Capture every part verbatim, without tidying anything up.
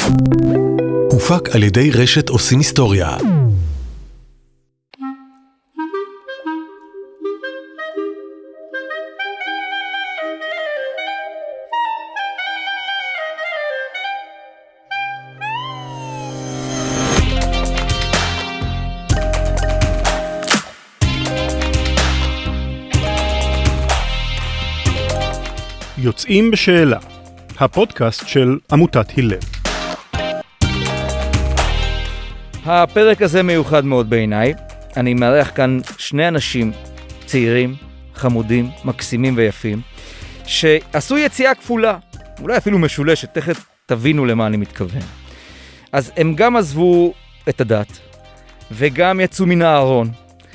הופק על ידי רשת עושים היסטוריה. יוצאים בשאלה, הפודקאסט של עמותת הלל. הפרק הזה מיוחד מאוד בעיניי. אני מארח כאן שני אנשים צעירים, חמודים, מקסימים ויפים, שעשו יציאה כפולה, אולי אפילו משולשת, תכף תבינו למה אני מתכוון. אז הם גם עזבו את הדת, וגם יצאו מן הארון,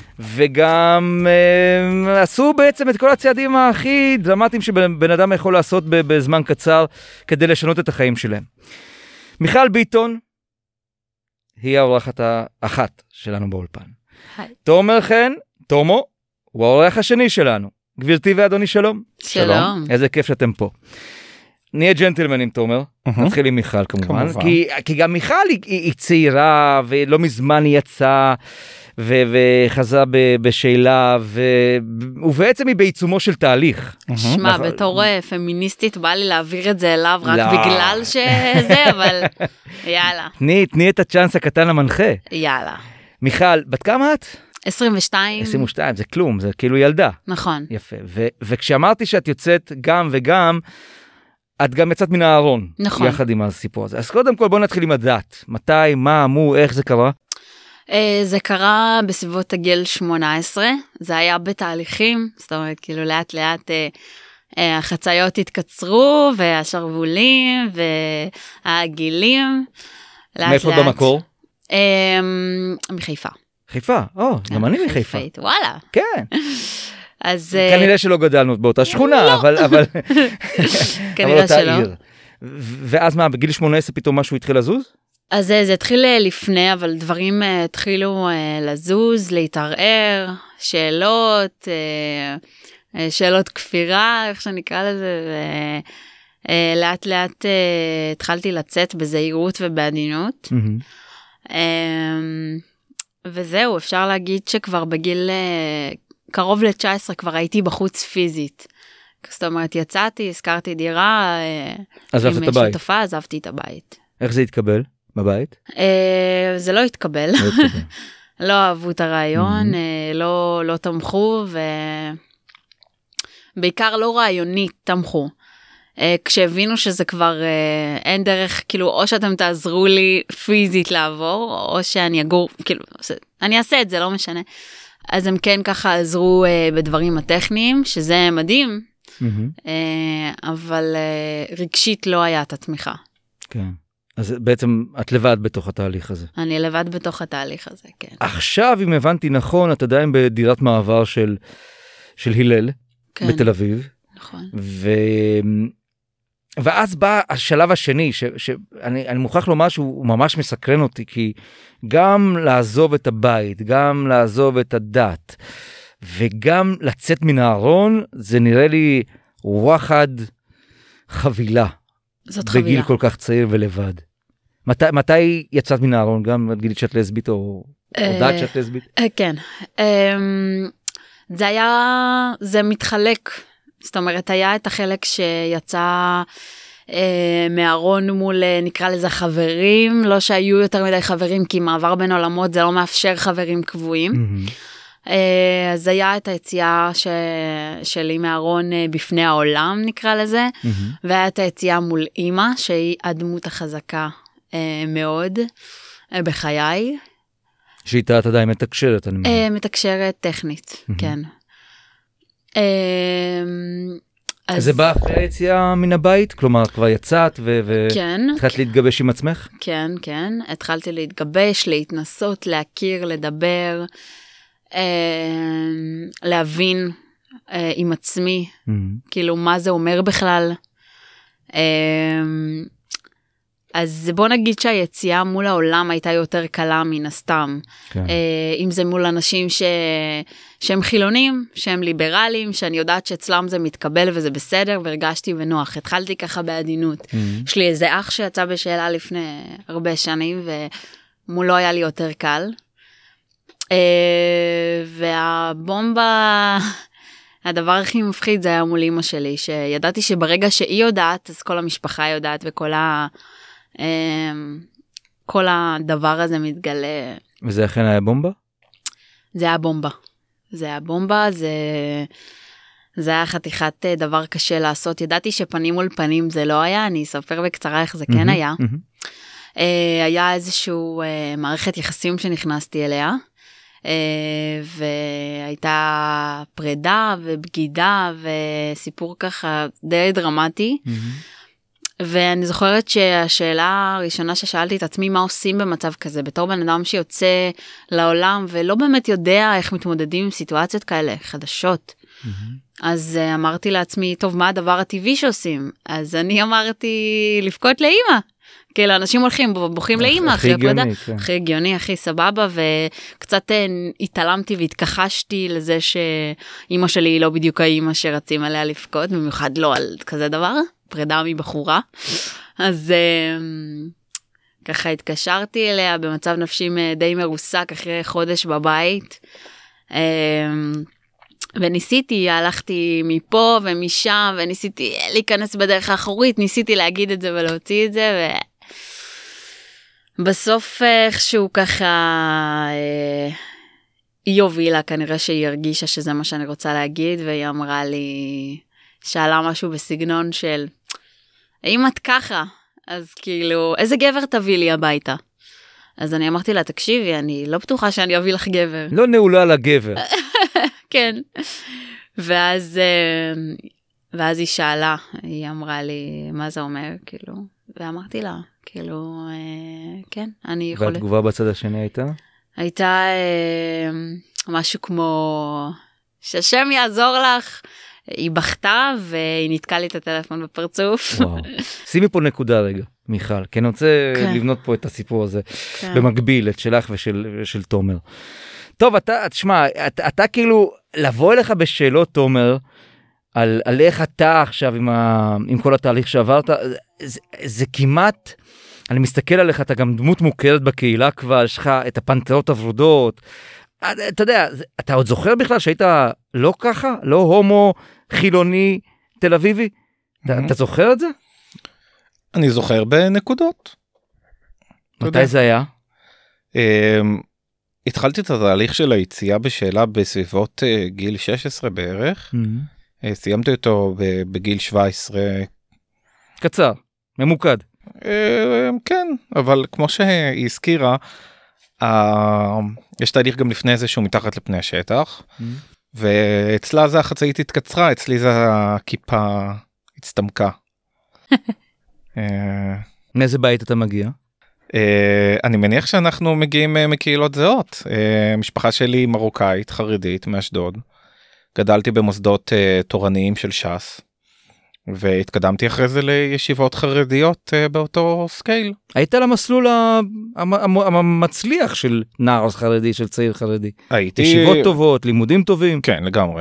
וגם אה, עשו בעצם את כל הצעדים הכי דרמטיים שבן אדם יכול לעשות בזמן קצר כדי לשנות את החיים שלהם. מיכל ביטון היא האורחת האחת שלנו באולפן. היי. תומר חן, תומו, הוא האורח השני שלנו. גבירתי ואדוני שלום. שלום. איזה כיף שאתם פה. נהיה ג'נטלמנים, תומר. נתחיל עם מיכל כמובן. כי, כי גם מיכל היא, היא, היא צעירה, ולא מזמן היא יצאה, ו- וחזרה ב- בשאלה, ו- ובעצם היא בעיצומו של תהליך. שמע, בתור פמיניסטית בא לי להעביר את זה אליו רק בגלל שזה, אבל יאללה. תני, תני את הצ'אנס הקטן למנחה. יאללה. מיכל, בת כמה את? עשרים ושתיים. עשרים ושתיים, זה כלום, זה כאילו ילדה. נכון. יפה. ו- וכשאמרתי שאת יוצאת גם וגם, את גם יצאת מן הארון. נכון. יחד עם הסיפור הזה. אז קודם כל בוא נתחיל עם הדת. מתי, מה, מו, איך זה קרה? זה קרה בסביבות הגיל שמונה עשרה, זה היה בתהליכים, זאת אומרת, כאילו לאט לאט החציות התקצרו, והשרבולים, והגילים. מאיפה במקור? מחיפה. חיפה, או, גם אני מחיפה. וואלה. כן. אז... כנראה שלא גדלנו באותה שכונה, אבל... כנראה שלא. ואז מה, בגיל שמונה עשרה פתאום משהו התחיל לזוז? אז זה התחיל לפני, אבל דברים התחילו לזוז, להתערער, שאלות, שאלות כפירה, איך שנקרא לזה, ולאט לאט התחלתי לצאת בזהירות ובעדינות. וזהו, אפשר להגיד שכבר בגיל קרוב ל-תשע עשרה כבר הייתי בחוץ פיזית. זאת אומרת, יצאתי, הזכרתי דירה, עם שותפה, עזבתי את הבית. איך זה התקבל? בבית? זה לא התקבל. לא אהבו את הרעיון, לא, לא תמכו, ובעיקר לא רעיונית תמכו. כשהבינו שזה כבר אין דרך, כאילו, או שאתם תעזרו לי פיזית לעבור, או שאני אגור, כאילו, אני אעשה את זה, לא משנה. אז הם כן ככה עזרו בדברים הטכניים, שזה מדהים, אבל רגשית לא היה את התמיכה. כן. אז בעצם את לבד בתוך התהליך הזה. אני לבד בתוך התהליך הזה, כן. עכשיו, אם הבנתי נכון, את עדיין בדירת מעבר של, של הלל, כן. בתל אביב. נכון. ו... ואז בא השלב השני, ש... שאני אני מוכרח לומר שהוא ממש מסקרן אותי, כי גם לעזוב את הבית, גם לעזוב את הדת, וגם לצאת מן הארון, זה נראה לי וואחד חבילה. זאת בגיל חבילה. כל כך צעיר ולבד. מתי, מתי יצאת מן הארון? גם את גילית שאת לסבית או הודעת שאת לסבית? כן. זה היה, זה מתחלק. זאת אומרת, היה את החלק שיצא מהארון מול, נקרא לזה חברים, לא שהיו יותר מדי חברים, כי מעבר בין עולמות זה לא מאפשר חברים קבועים. אז היה את היציאה ש... שלי מהארון בפני העולם, נקרא לזה, mm-hmm. והיה את היציאה מול אמא, שהיא הדמות החזקה אה, מאוד אה, בחיי. שאיתה את עדיין מתקשרת, אני מבין. אה, מתקשרת טכנית, mm-hmm. כן. אה, אז... זה בא אחרי היציאה מן הבית? כלומר, כבר יצאת ו... כן. התחלת להתגבש עם עצמך? כן, כן. התחלתי להתגבש, להתנסות, להכיר, לדבר, להבין עם עצמי, כאילו מה זה אומר בכלל. אז בוא נגיד שהיציאה מול העולם הייתה יותר קלה מן הסתם. כן. אם זה מול אנשים ש... שהם חילונים, שהם ליברליים, שאני יודעת שאצלם זה מתקבל וזה בסדר, והרגשתי בנוח. התחלתי ככה בעדינות. Mm-hmm. יש לי איזה אח שיצא בשאלה לפני הרבה שנים, ומולו היה לי יותר קל. והבומבה, הדבר הכי מפחיד זה היה מול אמא שלי, שידעתי שברגע שהיא יודעת, אז כל המשפחה יודעת, וכל ה... כל הדבר הזה מתגלה. וזה אכן היה בומבה? זה היה בומבה. זה היה בומבה, זה, זה היה חתיכת דבר קשה לעשות. ידעתי שפנים מול פנים זה לא היה, אני אספר בקצרה איך זה כן היה. היה איזשהו מערכת יחסים שנכנסתי אליה, והייתה פרידה ובגידה וסיפור ככה די דרמטי. ואני זוכרת שהשאלה הראשונה ששאלתי את עצמי, מה עושים במצב כזה, בתור בן אדם שיוצא לעולם, ולא באמת יודע איך מתמודדים עם סיטואציות כאלה, חדשות. Mm-hmm. אז uh, אמרתי לעצמי, טוב, מה הדבר הטבעי שעושים? אז אני אמרתי, לבכות לאמא. כאילו, אנשים הולכים, בוכים לאמא. הכי הגיוני, כן. הכי הגיוני, הכי סבבה, וקצת התעלמתי והתכחשתי לזה שאמא שלי היא לא בדיוק האמא שרצים עליה לבכות, במיוחד לא על כזה דבר. פרידה מבחורה, אז ככה התקשרתי אליה במצב נפשי די מרוסק אחרי חודש בבית, וניסיתי, הלכתי מפה ומשם, וניסיתי להיכנס בדרך האחורית, ניסיתי להגיד את זה ולהוציא את זה, ובסוף איכשהו ככה, היא הובילה, כנראה שהיא הרגישה שזה מה שאני רוצה להגיד, והיא אמרה לי, שאלה משהו בסגנון של, אם את ככה, אז כאילו, איזה גבר תביא לי הביתה? אז אני אמרתי לה, תקשיבי, אני לא בטוחה שאני אביא לך גבר. לא נעולה לגבר. כן. ואז, ואז היא שאלה, היא אמרה לי, מה זה אומר? כאילו, ואמרתי לה, כאילו, כן, אני יכולה. והתגובה בצד השני הייתה? הייתה משהו כמו, שהשם יעזור לך, היא בכתה והיא נתקעה לי את הטלפון בפרצוף. וואו. שימי פה נקודה רגע, מיכל, כי אני רוצה כן. לבנות פה את הסיפור הזה, כן. במקביל, את שלך ושל, ושל תומר. טוב, אתה, תשמע, אתה, אתה כאילו, לבוא אליך בשאלות, תומר, על, על איך אתה עכשיו עם, ה, עם כל התהליך שעברת, זה, זה כמעט, אני מסתכל עליך, אתה גם דמות מוכרת בקהילה כבר, יש לך את הפנתרות הוורודות, אתה יודע, אתה עוד זוכר בכלל שהיית לא ככה? לא הומו, חילוני, תל אביבי? אתה זוכר את זה? אני זוכר בנקודות. מתי זה היה? התחלתי את התהליך של היציאה בשאלה בסביבות גיל שש עשרה בערך. סיימתי אותו בגיל שבע עשרה. קצר, ממוקד. כן, אבל כמו שהיא הזכירה, יש תהליך גם לפני זה שהוא מתחת לפני השטח, ואצלה זה החצאית התקצרה, אצלי זה הכיפה הצטמקה. מאיזה בית אתה מגיע? אני מניח שאנחנו מגיעים מקהילות זהות. משפחה שלי מרוקאית, חרדית, מאשדוד. גדלתי במוסדות תורניים של ש"ס, והתקדמתי אחרי זה לישיבות חרדיות באותו סקייל. היית למסלול המצליח של נער חרדי, של צעיר חרדי. הייתי... ישיבות טובות, לימודים טובים. כן, לגמרי.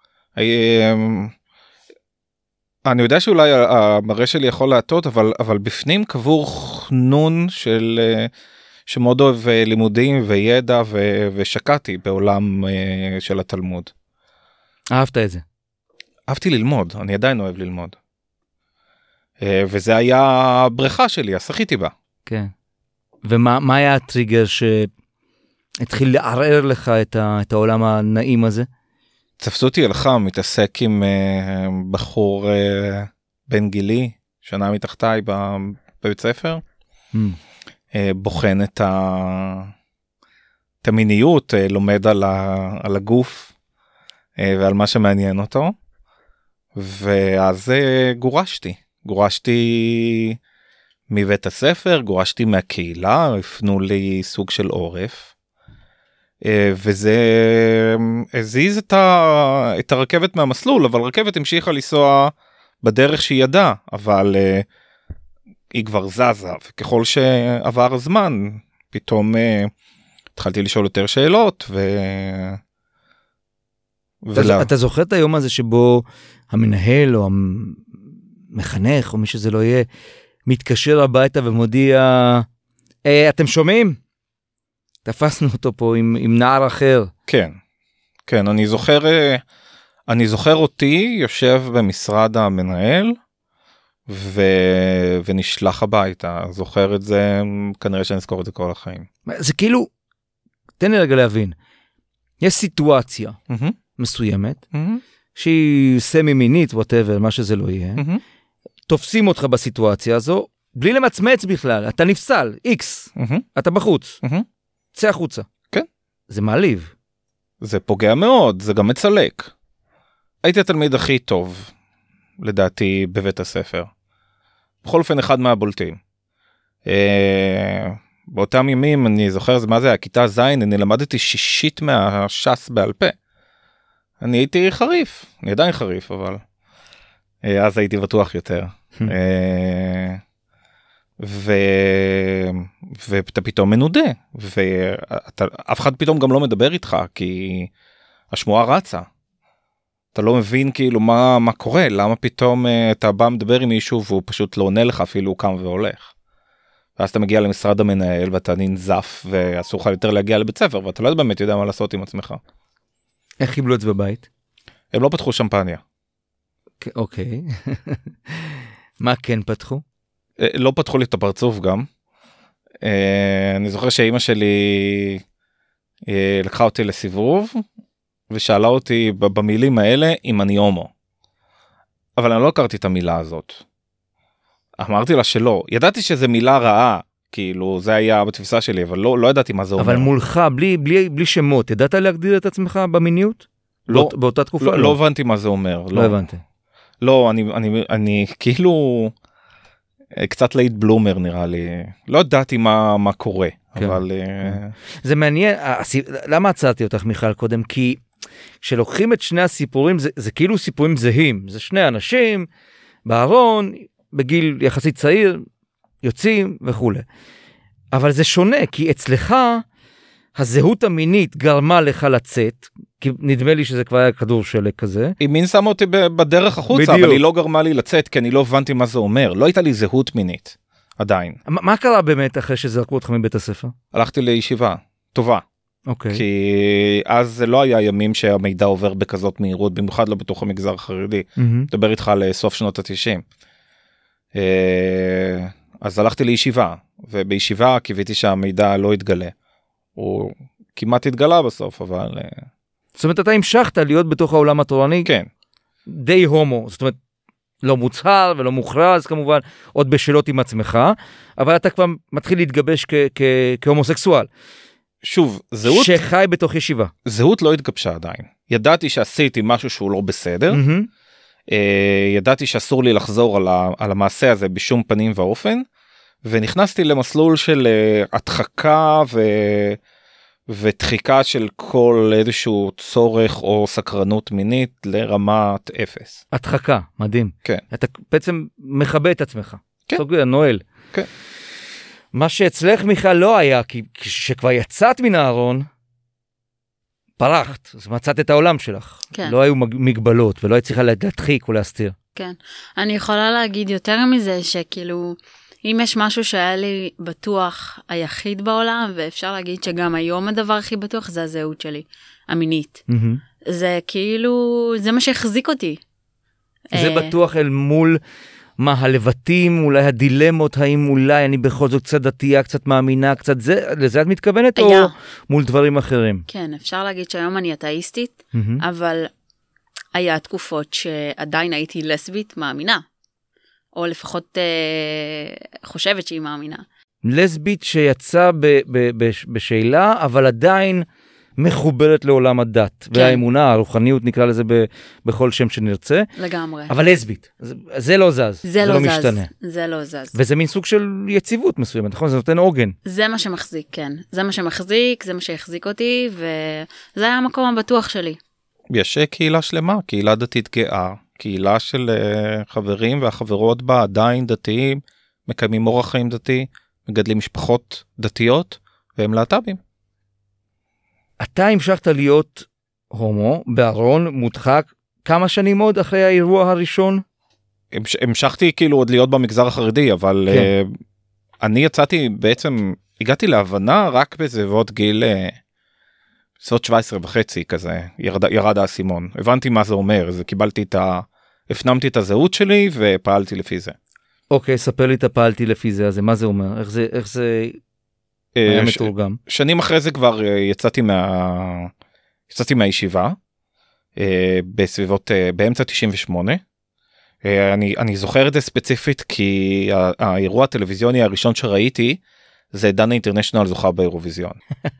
אני יודע שאולי המראה שלי יכול להטות, אבל, אבל בפנים קבור חנון של, שמאוד אוהב לימודים וידע, ו, ושקעתי בעולם של התלמוד. אהבת את זה? אהבתי ללמוד, אני עדיין אוהב ללמוד. וזה היה הבריכה שלי, השחיתי בה. כן. ומה מה היה הטריגר שהתחיל לערער לך את, ה, את העולם הנעים הזה? תפסו אותי אליך, מתעסק עם uh, בחור uh, בן גילי, שנה מתחתיי בבית ספר, mm. uh, בוחן את, ה... את המיניות, uh, לומד על, ה... על הגוף uh, ועל מה שמעניין אותו, ואז uh, גורשתי, גורשתי מבית הספר, גורשתי מהקהילה, הפנו לי סוג של עורף, וזה הזיז את, ה, את הרכבת מהמסלול, אבל רכבת המשיכה לנסוע בדרך שהיא ידעה, אבל היא כבר זזה, וככל שעבר הזמן, פתאום uh, התחלתי לשאול יותר שאלות, ו... אתה, ולה... אתה זוכר את היום הזה שבו המנהל או המחנך או מי שזה לא יהיה, מתקשר הביתה ומודיע, אה, אתם שומעים? תפסנו אותו פה עם, עם נער אחר. כן, כן, אני זוכר, אני זוכר אותי יושב במשרד המנהל, ו... ונשלח הביתה, זוכר את זה, כנראה שאני אזכור את זה כל החיים. זה כאילו, תן לי רגע להבין, יש סיטואציה mm-hmm. מסוימת, mm-hmm. שהיא סמי מינית, whatever, מה שזה לא יהיה, mm-hmm. תופסים אותך בסיטואציה הזו, בלי למצמץ בכלל, אתה נפסל, איקס, mm-hmm. אתה בחוץ, mm-hmm. צא החוצה. כן. זה מעליב. זה פוגע מאוד, זה גם מצלק. הייתי התלמיד הכי טוב, לדעתי, בבית הספר. בכל אופן אחד מהבולטים. אה, באותם ימים, אני זוכר, מה זה היה, כיתה זין, אני למדתי שישית מהש"ס בעל פה. אני הייתי חריף, אני עדיין חריף, אבל אה, אז הייתי בטוח יותר. אה, ו... ואתה פתאום מנודה, ואף אחד פתאום גם לא מדבר איתך, כי השמועה רצה. אתה לא מבין כאילו מה, מה קורה, למה פתאום uh, אתה בא מדבר עם מישהו והוא פשוט לא עונה לך, אפילו הוא קם והולך. ואז אתה מגיע למשרד המנהל ואתה ננזף ואסור לך יותר להגיע לבית ספר, ואתה לא באמת יודע מה לעשות עם עצמך. איך קיבלו את זה בבית? הם לא פתחו שמפניה. אוקיי. מה כן פתחו? לא פתחו לי את הפרצוף גם. אני זוכר שאמא שלי לקחה אותי לסיבוב, ושאלה אותי במילים האלה אם אני הומו. אבל אני לא הכרתי את המילה הזאת. אמרתי לה שלא. ידעתי שזו מילה רעה, כאילו זה היה בתפיסה שלי, אבל לא, לא ידעתי מה זה אומר. אבל מולך, בלי, בלי, בלי שמות, ידעת להגדיר את עצמך במיניות? לא. באות, באותה תקופה? לא, לא. לא הבנתי מה זה אומר. לא, לא הבנתי. לא, אני, אני, אני כאילו קצת לייט בלומר נראה לי. לא ידעתי מה, מה קורה, כן. אבל... זה מעניין, למה עצרתי אותך מיכל קודם? כי כשלוקחים את שני הסיפורים, זה, זה כאילו סיפורים זהים. זה שני אנשים בארון, בגיל יחסית צעיר, יוצאים וכו'. אבל זה שונה, כי אצלך הזהות המינית גרמה לך לצאת, כי נדמה לי שזה כבר היה כדור שלג כזה. היא מין שמה אותי בדרך החוצה, בדיוק. אבל היא לא גרמה לי לצאת, כי אני לא הבנתי מה זה אומר. לא הייתה לי זהות מינית, עדיין. ما, מה קרה באמת אחרי שזרקו אותך מבית הספר? הלכתי לישיבה, טובה. אוקיי. כי אז זה לא היה ימים שהמידע עובר בכזאת מהירות, במיוחד לא בתוך המגזר החרדי. Mm-hmm. דבר איתך לסוף שנות ה-תשעים. אז הלכתי לישיבה, ובישיבה קיוויתי שהמידע לא יתגלה. הוא כמעט התגלה בסוף, אבל... זאת אומרת, אתה המשכת להיות בתוך העולם התורני? כן. די הומו, זאת אומרת, לא מוצהר ולא מוכרז כמובן, עוד בשאלות עם עצמך, אבל אתה כבר מתחיל להתגבש כ- כ- כהומוסקסואל. שוב, זהות... שחי בתוך ישיבה. זהות לא התגבשה עדיין. ידעתי שעשיתי משהו שהוא לא בסדר, mm-hmm. ידעתי שאסור לי לחזור על, ה- על המעשה הזה בשום פנים ואופן, ונכנסתי למסלול של הדחקה ו... ודחיקה של כל איזשהו צורך או סקרנות מינית לרמת אפס. הדחקה, מדהים. כן. אתה בעצם מכבה את עצמך. כן. סוגר, נועל. כן. מה שאצלך מיכל לא היה, כי כשכבר יצאת מן הארון, פרחת, אז מצאת את העולם שלך. כן. לא היו מגבלות, ולא היית צריכה להדחיק או להסתיר. כן. אני יכולה להגיד יותר מזה, שכאילו... אם יש משהו שהיה לי בטוח היחיד בעולם, ואפשר להגיד שגם היום הדבר הכי בטוח, זה הזהות שלי, המינית. Mm-hmm. זה כאילו, זה מה שהחזיק אותי. זה בטוח אל מול מה הלבטים, אולי הדילמות, האם אולי אני בכל זאת קצת דתייה, קצת מאמינה, קצת זה, לזה את מתכוונת, היה. או מול דברים אחרים? כן, אפשר להגיד שהיום אני אתאיסטית, mm-hmm. אבל היה תקופות שעדיין הייתי לסבית מאמינה. או לפחות אה, חושבת שהיא מאמינה. לסבית שיצאה ב- ב- ב- בשאלה, אבל עדיין מחוברת לעולם הדת, כן. והאמונה, הרוחניות נקרא לזה ב- בכל שם שנרצה. לגמרי. אבל לסבית, זה, זה לא זז, זה, זה לא, לא זז. משתנה. זה לא זז. וזה מין סוג של יציבות מסוימת, נכון? זה נותן עוגן. זה מה שמחזיק, כן. זה מה שמחזיק, זה מה שהחזיק אותי, וזה היה המקום הבטוח שלי. יש קהילה שלמה, קהילה דתית גאה. קהילה של חברים והחברות בה עדיין דתיים מקיימים אורח חיים דתי, מגדלים משפחות דתיות, והם להט"בים. אתה המשכת להיות הומו, בארון, מודחק, כמה שנים עוד אחרי האירוע הראשון? המשכתי כאילו עוד להיות במגזר החרדי, אבל כן. uh, אני יצאתי בעצם, הגעתי להבנה רק בסביבות גיל בסביבות שבע עשרה וחצי כזה, ירד, ירד האסימון. הבנתי מה זה אומר, זה קיבלתי את ה... הפנמתי את הזהות שלי ופעלתי לפי זה. אוקיי, ספר לי את הפעלתי לפי זה, אז מה זה אומר? איך זה, איך זה היה ש... מתורגם? שנים אחרי זה כבר יצאתי מה... יצאתי מהישיבה, בסביבות, באמצע תשעים ושמונה. אני, אני זוכר את זה ספציפית כי האירוע הטלוויזיוני הראשון שראיתי, זה דנה אינטרנשיונל זוכה באירוויזיון.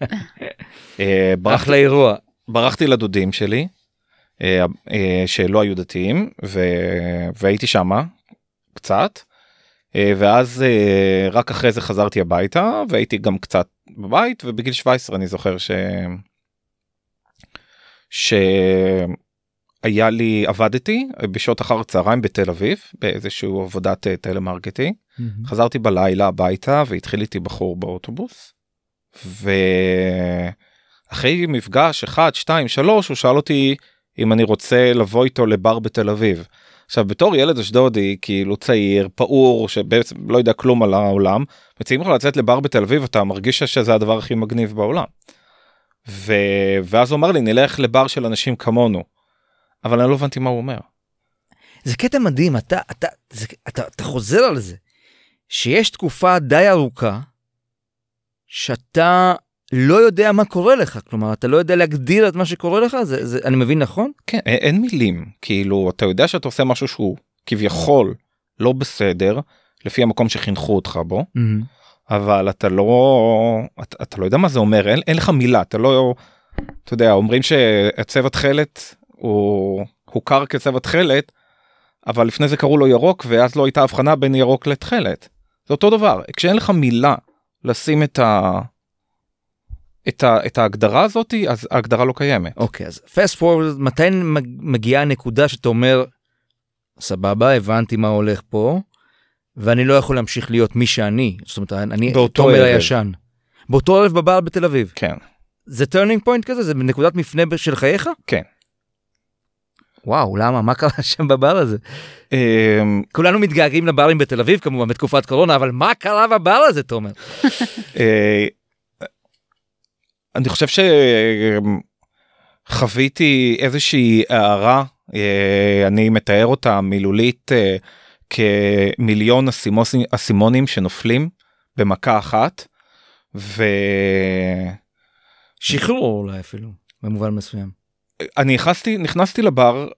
אחלה אירוע. ברחתי לדודים שלי, שלא היו דתיים, והייתי שמה קצת, ואז רק אחרי זה חזרתי הביתה, והייתי גם קצת בבית, ובגיל שבע עשרה אני זוכר ש... שהיה לי, עבדתי בשעות אחר צהריים בתל אביב, באיזשהו עבודת טלמרקטינג, mm-hmm. חזרתי בלילה הביתה, והתחיל איתי בחור באוטובוס, ואחרי מפגש אחד, שתיים, שלוש, הוא שאל אותי אם אני רוצה לבוא איתו לבר בתל אביב. עכשיו, בתור ילד אשדודי, כאילו צעיר, פעור, שבעצם לא יודע כלום על העולם, מציעים לך לצאת לבר בתל אביב, אתה מרגיש שזה הדבר הכי מגניב בעולם. ו... ואז הוא אמר לי, נלך לבר של אנשים כמונו. אבל אני לא הבנתי מה הוא אומר. זה קטע מדהים, אתה, אתה, זה, אתה, אתה חוזר על זה, שיש תקופה די ארוכה, שאתה לא יודע מה קורה לך, כלומר, אתה לא יודע להגדיר את מה שקורה לך, זה, זה, אני מבין נכון? כן, אין, אין מילים, כאילו, אתה יודע שאתה עושה משהו שהוא כביכול לא בסדר, לפי המקום שחינכו אותך בו, Mm-hmm. אבל אתה לא, אתה, אתה לא יודע מה זה אומר, אין, אין לך מילה, אתה לא, אתה יודע, אומרים שהצבע תכלת הוא הוכר כצבע תכלת, אבל לפני זה קראו לו ירוק, ואז לא הייתה הבחנה בין ירוק לתכלת. זה אותו דבר, כשאין לך מילה לשים את ה... את, ה, את ההגדרה הזאת, אז ההגדרה לא קיימת. אוקיי, אז fast forward, מתי מגיעה הנקודה שאתה אומר, סבבה, הבנתי מה הולך פה, ואני לא יכול להמשיך להיות מי שאני, זאת אומרת, אני תומר הישן. באותו ערב בבר בתל אביב. כן. זה turning point כזה? זה נקודת מפנה של חייך? כן. וואו, למה? מה קרה שם בבר הזה? כולנו מתגעגעים לברים בתל אביב, כמובן, בתקופת קורונה, אבל מה קרה בבר הזה, תומר? אני חושב שחוויתי איזושהי הערה, אני מתאר אותה מילולית כמיליון אסימונים שנופלים במכה אחת, ו... שחרור אולי אפילו, במובן מסוים. אני נכנסתי, נכנסתי לבר,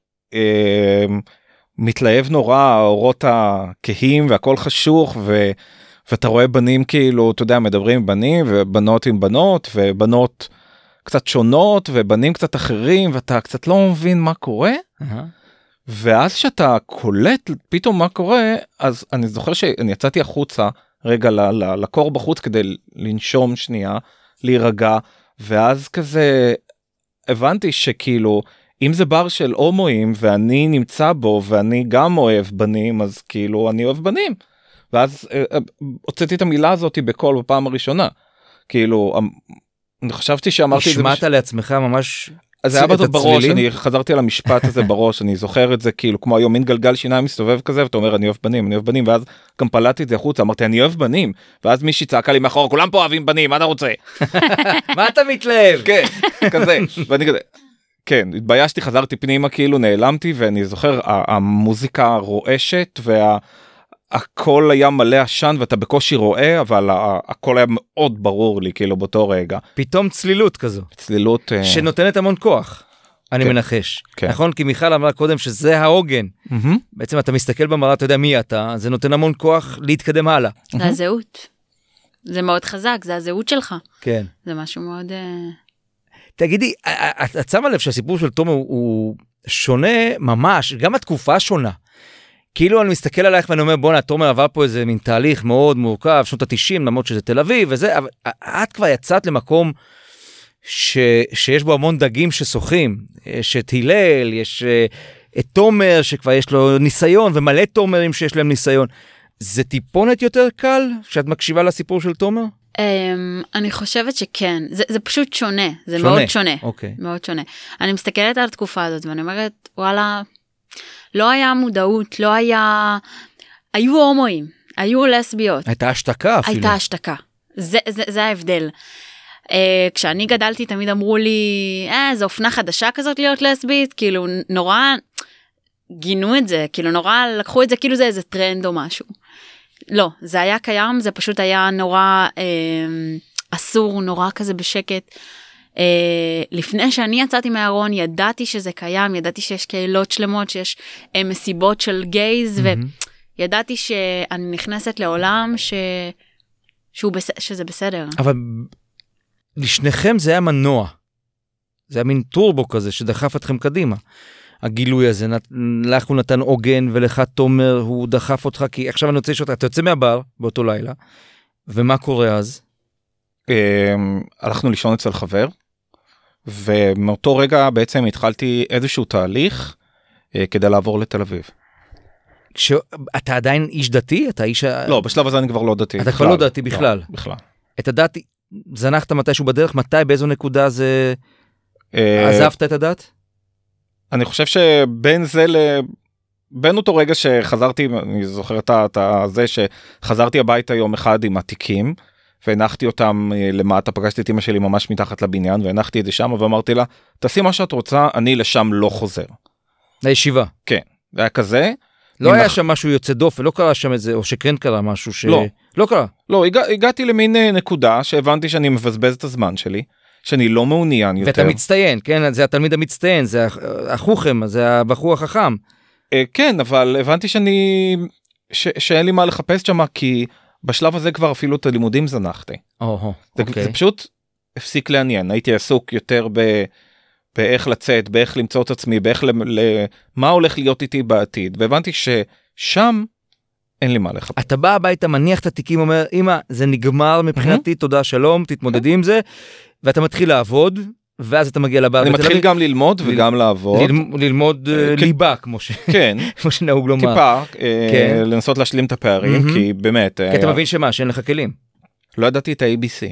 מתלהב נורא, האורות הכהים והכל חשוך, ו... ואתה רואה בנים כאילו, אתה יודע, מדברים עם בנים, ובנות עם בנות, ובנות קצת שונות, ובנים קצת אחרים, ואתה קצת לא מבין מה קורה, uh-huh. ואז שאתה קולט פתאום מה קורה, אז אני זוכר שאני יצאתי החוצה, רגע לקור בחוץ, כדי לנשום שנייה, להירגע, ואז כזה, הבנתי שכאילו, אם זה בר של הומואים, ואני נמצא בו, ואני גם אוהב בנים, אז כאילו, אני אוהב בנים. ואז הוצאתי את המילה הזאת בקול בפעם הראשונה. כאילו, אני חשבתי שאמרתי את זה... השמעת לעצמך ממש... אז זה היה בטוב בראש, אני חזרתי על המשפט הזה בראש, אני זוכר את זה כאילו, כמו היום, מין גלגל שיניים מסתובב כזה, ואתה אומר, אני אוהב בנים, אני אוהב בנים, ואז גם פלטתי את זה החוצה, אמרתי, אני אוהב בנים, ואז מישהי צעקה לי מאחור, כולם פה אוהבים בנים, מה אתה רוצה? מה אתה מתלהב? כן, כזה, ואני כזה... כן, התביישתי, חזרתי פנימה, כאילו נעלמתי, ואני זוכר, המוזיקה רועשת, והקול היה מלא עשן, ואתה בקושי רואה, אבל הקול היה מאוד ברור לי, כאילו, באותו רגע. פתאום צלילות כזו. צלילות... שנותנת המון כוח, אני מנחש. נכון? כי מיכל אמרה קודם שזה העוגן. בעצם אתה מסתכל במראה, אתה יודע מי אתה, זה נותן המון כוח להתקדם הלאה. זה הזהות. זה מאוד חזק, זה הזהות שלך. כן. זה משהו מאוד... תגידי, את שמה לב שהסיפור של תומר הוא שונה ממש, גם התקופה שונה. כאילו אני מסתכל עלייך ואני אומר, בוא'נה, תומר עבר פה איזה מין תהליך מאוד מורכב, שנות ה-תשעים, למרות שזה תל אביב וזה, אבל את כבר יצאת למקום ש, שיש בו המון דגים ששוחים, יש את הלל, יש את תומר שכבר יש לו ניסיון, ומלא תומרים שיש להם ניסיון. זה טיפונת יותר קל כשאת מקשיבה לסיפור של תומר? Um, אני חושבת שכן, זה, זה פשוט שונה, זה שונה. מאוד שונה, Okay. מאוד שונה. אני מסתכלת על התקופה הזאת ואני אומרת, וואלה, לא היה מודעות, לא היה, היו הומואים, היו לסביות. הייתה השתקה אפילו. הייתה השתקה, זה, זה, זה ההבדל. Uh, כשאני גדלתי תמיד אמרו לי, אה, זו אופנה חדשה כזאת להיות לסבית, כאילו נורא גינו את זה, כאילו נורא לקחו את זה, כאילו זה איזה טרנד או משהו. לא, זה היה קיים, זה פשוט היה נורא אה, אסור, נורא כזה בשקט. אה, לפני שאני יצאתי מהארון, ידעתי שזה קיים, ידעתי שיש קהילות שלמות, שיש אה, מסיבות של גייז, mm-hmm. וידעתי שאני נכנסת לעולם ש... שהוא בס... שזה בסדר. אבל לשניכם זה היה מנוע. זה היה מין טורבו כזה שדחף אתכם קדימה. הגילוי הזה, לך הוא נתן עוגן ולך תומר, הוא דחף אותך, כי עכשיו אני רוצה לשאול אותך, אתה יוצא מהבר באותו לילה, ומה קורה אז? הלכנו לישון אצל חבר, ומאותו רגע בעצם התחלתי איזשהו תהליך כדי לעבור לתל אביב. אתה עדיין איש דתי? אתה איש... לא, בשלב הזה אני כבר לא דתי. אתה כבר לא דתי בכלל? בכלל. את הדת, זנחת מתישהו בדרך, מתי, באיזו נקודה זה... עזבת את הדת? אני חושב שבין זה ל... בין אותו רגע שחזרתי, אני זוכר את זה שחזרתי הביתה יום אחד עם עתיקים, והנחתי אותם למטה, פגשתי את אמא שלי ממש מתחת לבניין, והנחתי את זה שם, ואמרתי לה, תעשי מה שאת רוצה, אני לשם לא חוזר. לישיבה? כן, זה היה כזה. לא היה שם משהו יוצא דופן, לא קרה שם איזה, או שכן קרה משהו ש... לא. לא קרה. לא, הגעתי למין נקודה שהבנתי שאני מבזבז את הזמן שלי, שאני לא מעוניין יותר. ואתה מצטיין, כן? זה התלמיד המצטיין, זה החוכם, זה הבחור החכם. כן, אבל הבנתי שאני, ש, שאין לי מה לחפש שם, כי בשלב הזה כבר אפילו את הלימודים זנחתי. או, זה, אוקיי. זה פשוט הפסיק לעניין, הייתי עסוק יותר ב, באיך לצאת, באיך למצוא את עצמי, באיך ל, ל, מה הולך להיות איתי בעתיד, והבנתי ששם אין לי מה לחפש. אתה בא הביתה, מניח את התיקים, אומר, אמא, זה נגמר מבחינתי, תודה, שלום, תתמודדי עם זה, ואתה מתחיל לעבוד, ואז אתה מגיע לבר. אני מתחיל גם ללמוד וגם לעבוד. ללמוד ליבה, כמו שנהוג לומר. טיפה, לנסות להשלים את הפערים, כי באמת... כי אתה מבין שמה, שאין לך כלים. לא ידעתי את ה-איי בי סי,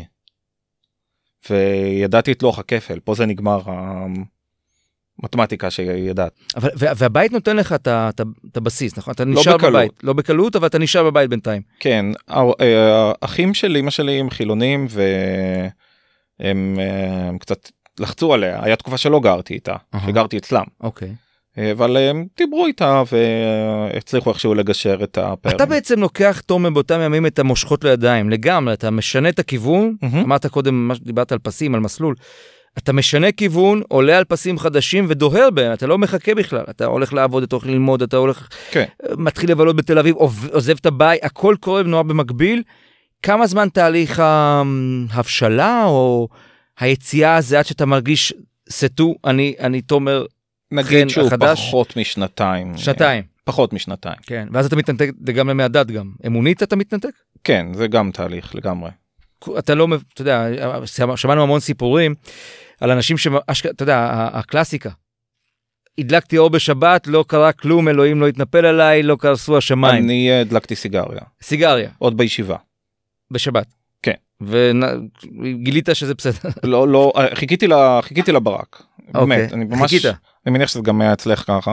וידעתי את לוח הכפל, פה זה נגמר המתמטיקה שידעת. והבית נותן לך את הבסיס, נכון? אתה נשאר בבית. לא בקלות, אבל אתה נשאר בבית בינתיים. כן, האחים שלי, אמא שלי הם חילונים, והם קצת... לחצו עליה, היה תקופה שלא גרתי איתה, שגרתי אצלם. אוקיי. אבל הם דיברו איתה והצליחו איכשהו לגשר את הפערים. אתה בעצם לוקח, תומר, באותם ימים את המושכות לידיים, לגמרי, אתה משנה את הכיוון, אמרת קודם, דיברת על פסים, על מסלול, אתה משנה כיוון, עולה על פסים חדשים ודוהר בהם, אתה לא מחכה בכלל, אתה הולך לעבוד, אתה הולך ללמוד, אתה הולך, מתחיל לבלות בתל אביב, עוזב את הבית, הכל קורה נורא במקביל. כמה זמן תהליך ההבשלה או היציאה הזה עד שאתה מרגיש סטו, אני, אני תומר נגיד שהוא החדש, פחות משנתיים. שנתיים. פחות משנתיים. כן, ואז אתה מתנתק לגמרי מהדת גם. אמונית אתה מתנתק? כן, זה גם תהליך לגמרי. אתה לא, אתה יודע, שמענו המון סיפורים על אנשים שאתה יודע, הקלאסיקה. הדלקתי אור בשבת, לא קרה כלום, אלוהים לא התנפל עליי, לא קרסו השמיים. אני הדלקתי סיגריה. סיגריה. עוד בישיבה. בשבת. כן. וגילית שזה בסדר. לא, לא, חיכיתי לה, חיכיתי לברק. באמת, אני ממש, חיכית. אני מניח שזה גם היה אצלך ככה.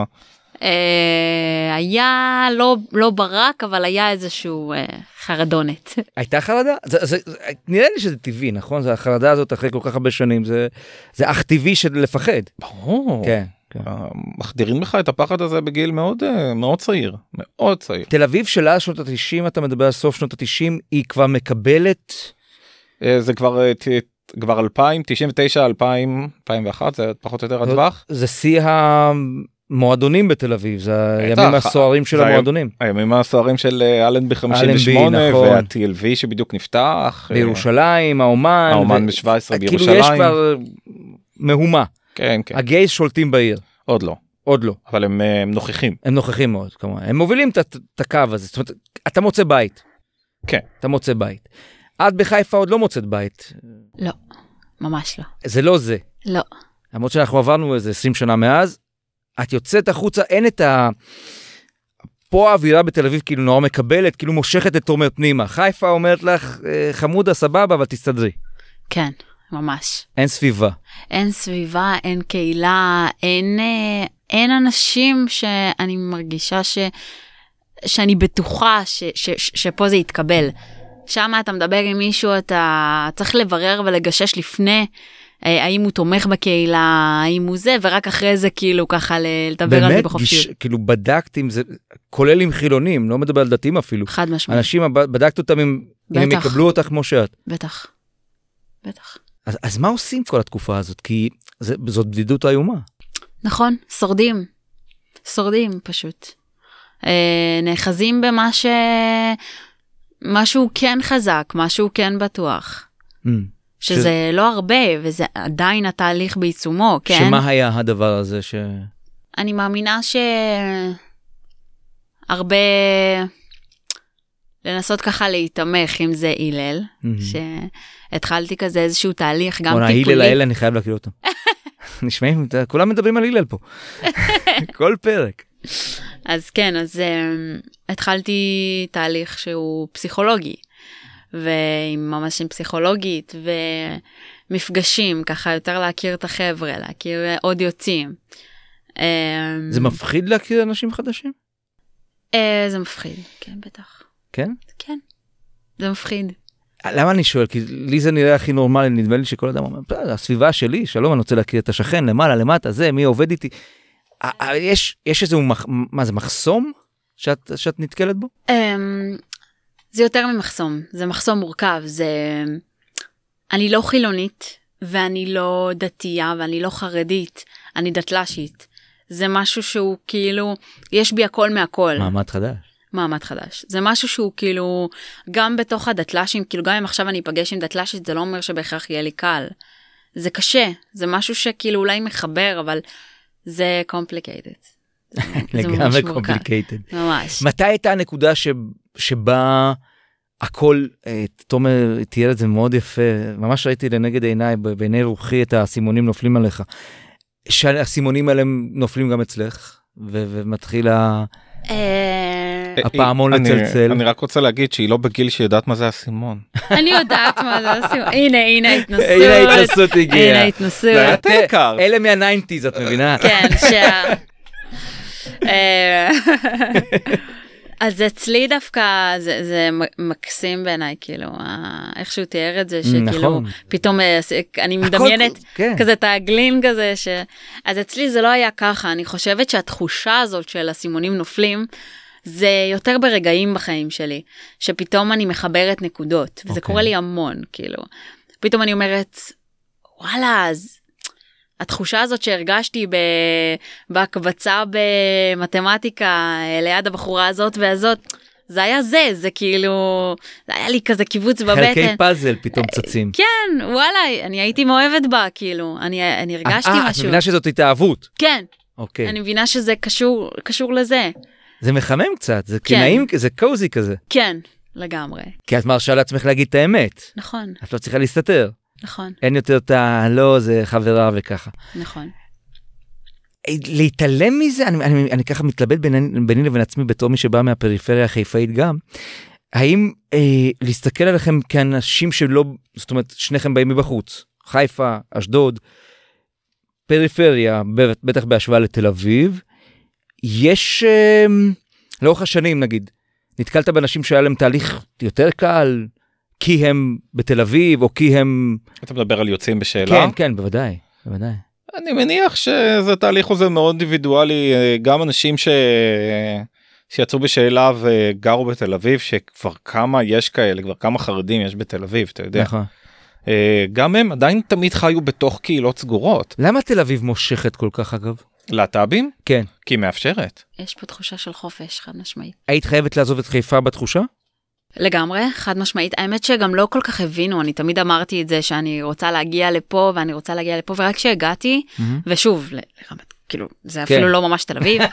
היה לא ברק, אבל היה איזשהו חרדונת. הייתה חרדה? נראה לי שזה טבעי, נכון? זה החרדה הזאת אחרי כל כך הרבה שנים, זה אך טבעי של לפחד. ברור. כן. מחדירים לך את הפחד הזה בגיל מאוד מאוד צעיר, מאוד צעיר. תל אביב של אז שנות ה-תשעים, אתה מדבר על סוף שנות ה-תשעים, היא כבר מקבלת? זה כבר כבר אלפיים, תשעים ותשע, אלפיים, אלפיים ואחת, זה פחות או יותר הטווח. זה שיא המועדונים בתל אביב, זה הימים הסוערים של המועדונים. הימים הסוערים של אלנבי חמישים ושמונה, וה-טי אל וי שבדיוק נפתח. בירושלים, האומן. האומן ב-שבע עשרה בירושלים. כאילו יש כבר מהומה. כן, כן. הגייז שולטים בעיר. עוד לא. עוד לא. אבל הם, הם נוכחים. הם נוכחים מאוד, כמובן. הם מובילים את הקו הזה. זאת אומרת, אתה מוצא בית. כן. אתה מוצא בית. את בחיפה עוד לא מוצאת בית. לא, ממש לא. זה לא זה. לא. למרות שאנחנו עברנו איזה עשרים שנה מאז, את יוצאת החוצה, אין את פה האווירה בתל אביב כאילו נורא מקבלת, כאילו מושכת את תומר פנימה. חיפה אומרת לך, חמודה, סבבה, אבל תסתדרי. כן, ממש. אין סביבה. אין סביבה, אין קהילה, אין, אין אנשים שאני מרגישה ש, שאני בטוחה ש, ש, ש, שפה זה יתקבל. שם אתה מדבר עם מישהו, אתה צריך לברר ולגשש לפני, האם הוא תומך בקהילה, האם הוא זה, ורק אחרי זה כאילו ככה לדבר על זה בחופשיות. באמת, כאילו בדקת אם זה, כולל עם חילונים, לא מדבר על דתיים אפילו. חד משמעית. אנשים, בדקת אותם אם הם יקבלו אותך כמו שאת. בטח, בטח. אז, אז מה עושים כל התקופה הזאת? כי זה, זאת בדידות איומה. נכון, שורדים. שורדים פשוט. אה, נאחזים במה ש... משהו כן חזק, משהו כן בטוח. Mm. שזה ש... לא הרבה, וזה עדיין התהליך בעיצומו, כן? שמה היה הדבר הזה ש... אני מאמינה ש... הרבה... לנסות ככה להתמך אם זה הלל, mm-hmm. שהתחלתי כזה איזשהו תהליך גם טיפולי. בונה, הלל האלה אני חייב להכיר אותם. נשמעים, כולם מדברים על הלל פה. כל פרק. אז כן, אז um, התחלתי תהליך שהוא פסיכולוגי, ועם ממש עם פסיכולוגית, ומפגשים, ככה יותר להכיר את החבר'ה, להכיר עוד יוצאים. זה מפחיד להכיר אנשים חדשים? Uh, זה מפחיד, כן, בטח. כן? כן, זה מפחיד. למה אני שואל? כי לי זה נראה הכי נורמלי, נדמה לי שכל אדם אומר, הסביבה שלי, שלום, אני רוצה להכיר את השכן, למעלה, למטה, זה, מי עובד איתי? יש, יש איזה, מה זה, מחסום שאת, שאת נתקלת בו? זה יותר ממחסום, זה מחסום מורכב, זה, אני לא חילונית, ואני לא דתייה, ואני לא חרדית, אני דתל"שית. זה משהו שהוא כאילו, יש בי הכל מהכל. מעמד חדש. מעמד חדש. זה משהו שהוא כאילו, גם בתוך הדתל"שים, כאילו גם אם עכשיו אני אפגש עם דתל"שית, זה לא אומר שבהכרח יהיה לי קל. זה קשה, זה משהו שכאילו אולי מחבר, אבל זה complicated. לגמרי complicated. ממש. מתי הייתה הנקודה שבה הכל, תומר תיאר את זה מאוד יפה, ממש ראיתי לנגד עיניי, בעיני רוחי את הסימונים נופלים עליך, שהסימונים האלה נופלים גם אצלך, ומתחיל הפעמון לצלצל. אני רק רוצה להגיד שהיא לא בגיל שיודעת מה זה הסימון. אני יודעת מה זה הסימון. הנה, הנה ההתנסות. הנה ההתנסות הגיעה. הנה ההתנסות. אלה מה-תשעים, את מבינה? כן, שה... אז אצלי דווקא זה מקסים בעיניי, כאילו, איך שהוא תיאר את זה, שכאילו, פתאום אני מדמיינת כזה את הגלין כזה, אז אצלי זה לא היה ככה, אני חושבת שהתחושה הזאת של הסימונים נופלים, זה יותר ברגעים בחיים שלי, שפתאום אני מחברת נקודות, וזה קורה לי המון, כאילו, פתאום אני אומרת, וואלה, אז... התחושה הזאת שהרגשתי בהקבצה במתמטיקה ליד הבחורה הזאת והזאת, זה היה זה, זה כאילו, זה היה לי כזה קיבוץ בבטן. חלקי פאזל פתאום צצים. כן, וואלה, אני הייתי מאוהבת בה, כאילו, אני, אני הרגשתי 아, משהו. את מבינה שזאת התאהבות? כן. אוקיי. אני מבינה שזה קשור, קשור לזה. זה מחמם קצת, זה כן. נעים, זה קוזי כזה. כן, לגמרי. כי את מרשה לעצמך להגיד את האמת. נכון. את לא צריכה להסתתר. נכון. אין יותר את ה... לא, זה חברה וככה. נכון. להתעלם מזה, אני, אני, אני ככה מתלבט ביני, ביני לבין עצמי בתור מי שבא מהפריפריה החיפאית גם, האם אה, להסתכל עליכם כאנשים שלא, זאת אומרת, שניכם באים מבחוץ, חיפה, אשדוד, פריפריה, בטח בהשוואה לתל אביב, יש, אה, לאורך השנים נגיד, נתקלת באנשים שהיה להם תהליך יותר קל, כי הם בתל אביב, או כי הם... אתה מדבר על יוצאים בשאלה? כן, כן, בוודאי, בוודאי. אני מניח שזה תהליך הזה מאוד אינדיבידואלי, גם אנשים ש... שיצאו בשאלה וגרו בתל אביב, שכבר כמה יש כאלה, כבר כמה חרדים יש בתל אביב, אתה יודע. נכון. גם הם עדיין תמיד חיו בתוך קהילות סגורות. למה תל אביב מושכת כל כך אגב? להט"בים? כן. כי היא מאפשרת. יש פה תחושה של חופש, חד משמעית. היית חייבת לעזוב את חיפה בתחושה? לגמרי, חד משמעית. האמת שגם לא כל כך הבינו, אני תמיד אמרתי את זה שאני רוצה להגיע לפה, ואני רוצה להגיע לפה, ורק כשהגעתי, mm-hmm. ושוב, לרמת, כאילו, זה כן. אפילו לא ממש תל אביב.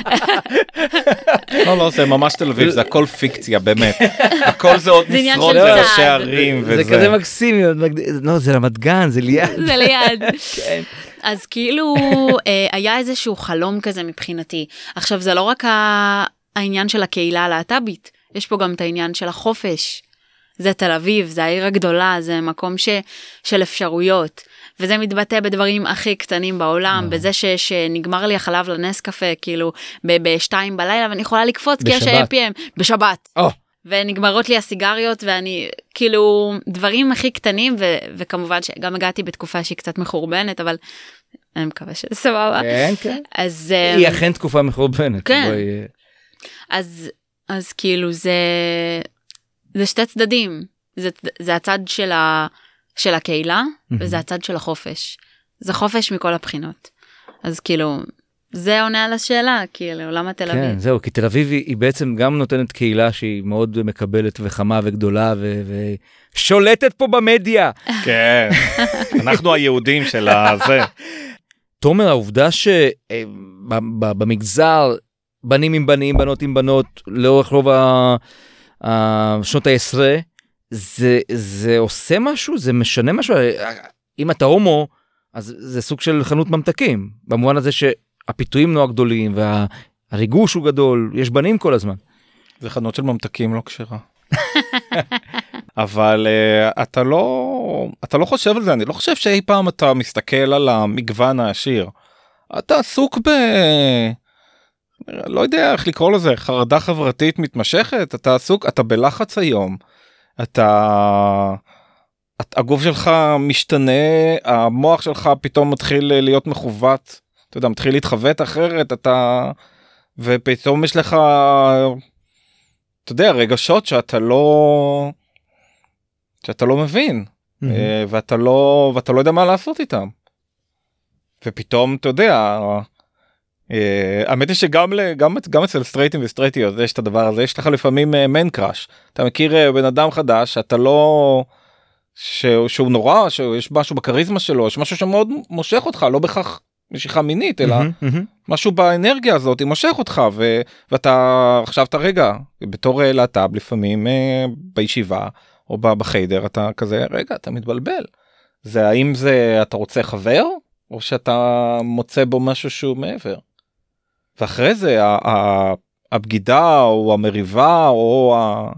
לא, לא, זה ממש תל אביב, זה הכל פיקציה, באמת. הכל זה עוד משרות וראשי ערים וזה. זה כזה מקסים, לא, זה רמת גן, זה ליד. זה ליד. כן. אז כאילו, היה איזשהו חלום כזה מבחינתי. עכשיו, זה לא רק ה... העניין של הקהילה הלהט"בית, יש פה גם את העניין של החופש. זה תל אביב, זה העיר הגדולה, זה מקום ש, של אפשרויות, וזה מתבטא בדברים הכי קטנים בעולם, no. בזה ש, שנגמר לי החלב לנס קפה, כאילו, ב- בשתיים בלילה, ואני יכולה לקפוץ, כי יש איי פי אם, בשבת. Oh. ונגמרות לי הסיגריות, ואני, כאילו, דברים הכי קטנים, ו, וכמובן שגם הגעתי בתקופה שהיא קצת מחורבנת, אבל אני מקווה שזה סבבה. כן, כן. אז... היא אכן תקופה מחורבנת. כן. בואי... אז, אז כאילו, זה... זה שתי צדדים, זה, זה הצד של, ה, של הקהילה, mm-hmm. וזה הצד של החופש. זה חופש מכל הבחינות. אז כאילו, זה עונה על השאלה, כאילו, למה תל אביב? כן, זהו, כי תל אביב היא, היא בעצם גם נותנת קהילה שהיא מאוד מקבלת וחמה וגדולה, ו, ושולטת פה במדיה. כן, אנחנו היהודים של הזה. תומר, העובדה שבמגזר, בנים עם בנים, בנות עם בנות, לאורך רוב ה... שנות העשרה, זה, זה עושה משהו? זה משנה משהו? אם אתה הומו, אז זה סוג של חנות ממתקים, במובן הזה שהפיתויים נורא גדולים, והריגוש הוא גדול, יש בנים כל הזמן. זה חנות של ממתקים לא כשרה. אבל uh, אתה לא, אתה לא חושב על זה, אני לא חושב שאי פעם אתה מסתכל על המגוון העשיר. אתה עסוק ב... לא יודע איך לקרוא לזה, חרדה חברתית מתמשכת, אתה עסוק, אתה בלחץ היום, אתה, הגוף שלך משתנה, המוח שלך פתאום מתחיל להיות מחוות, אתה יודע, מתחיל להתחוות אחרת, אתה, ופתאום יש לך, אתה יודע, רגשות שאתה לא, שאתה לא מבין, mm-hmm. ואתה לא, ואתה לא יודע מה לעשות איתם. ופתאום, אתה יודע, האמת היא שגם גם גם אצל סטרייטים וסטרייטיות יש את הדבר הזה, יש לך לפעמים מן קראש, אתה מכיר בן אדם חדש, אתה לא, שהוא נורא, שיש משהו בקריזמה שלו, יש משהו שמאוד מושך אותך, לא בכך משיכה מינית, אלא משהו באנרגיה הזאת, היא מושך אותך, ואתה עכשיו אתה רגע, בתור להט"ב לפעמים בישיבה, או בחיידר, אתה כזה, רגע, אתה מתבלבל. זה האם זה, אתה רוצה חבר, או שאתה מוצא בו משהו שהוא מעבר. ואחרי זה, הבגידה, או המריבה, או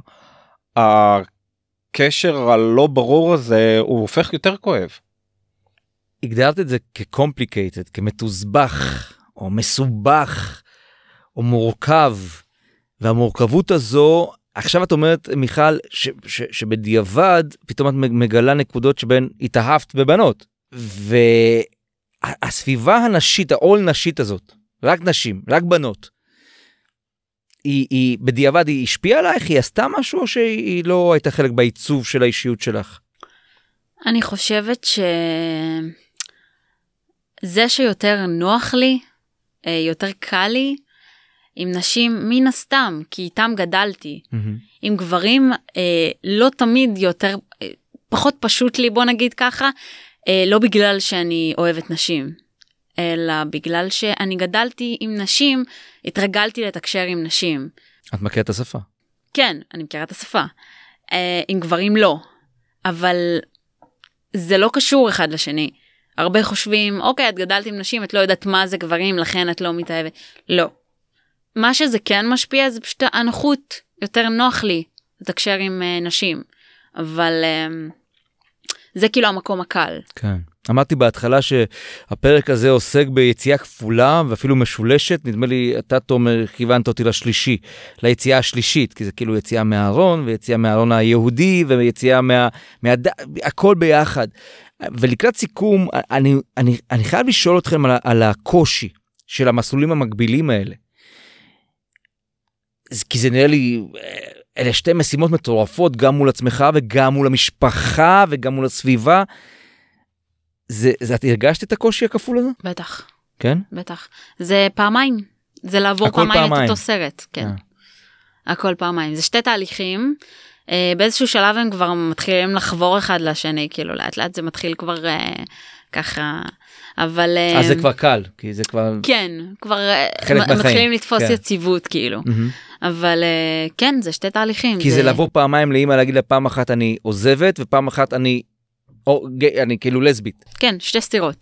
הקשר הלא ברור הזה, הוא הופך יותר כואב. הגדרת את זה כ-complicated, כמתוסבך, או מסובך, או מורכב, והמורכבות הזו, עכשיו את אומרת, מיכל, ש- ש- שבדיעבד, פתאום את מגלה נקודות שבהן התאהבת בבנות, והסביבה הנשית, העול נשית הזאת, רק נשים, רק בנות, היא, היא בדיעבד היא השפיעה עלייך, היא עשתה משהו, או שהיא לא הייתה חלק בעיצוב של האישיות שלך? אני חושבת שזה שיותר נוח לי, יותר קל לי, עם נשים מן הסתם, כי איתם גדלתי. Mm-hmm. עם גברים אה, לא תמיד יותר, אה, פחות פשוט לי, בוא נגיד ככה, אה, לא בגלל שאני אוהבת נשים, אלא בגלל שאני גדלתי עם נשים, התרגלתי לתקשר עם נשים. את מכירה את השפה? כן, אני מכירה את השפה. אה, עם גברים לא. אבל זה לא קשור אחד לשני. הרבה חושבים, אוקיי, את גדלת עם נשים, את לא יודעת מה זה גברים, לכן את לא מתאהבת. לא. מה שזה כן משפיע זה פשוט הנוחות, יותר נוח לי לתקשר עם uh, נשים, אבל uh, זה כאילו המקום הקל. כן. אמרתי בהתחלה שהפרק הזה עוסק ביציאה כפולה ואפילו משולשת, נדמה לי אתה תומר כיוונת אותי לשלישי, ליציאה השלישית, כי זה כאילו יציאה מהארון ויציאה מהארון היהודי ויציאה מה... מהד... הכל ביחד. ולקראת סיכום, אני, אני, אני חייב לשאול אתכם על, על הקושי של המסלולים המקבילים האלה. כי זה נראה לי, אלה שתי משימות מטורפות, גם מול עצמך וגם מול המשפחה וגם מול הסביבה. זה, זה, את הרגשת את הקושי הכפול הזה? בטח. כן? בטח. זה פעמיים. זה לעבור פעמיים, פעמיים את אותו סרט. כן. אה. הכל פעמיים. זה שתי תהליכים. אה, באיזשהו שלב הם כבר מתחילים לחבור אחד לשני, כאילו לאט לאט זה מתחיל כבר אה, ככה... אבל... אז זה כבר קל, כי זה כבר... כן, כבר מתחילים לתפוס יציבות, כאילו. אבל כן, זה שתי תהליכים. כי זה לבוא פעמיים לאמא להגיד לה, פעם אחת אני עוזבת, ופעם אחת אני, אני כאילו לסבית. כן, שתי סתירות.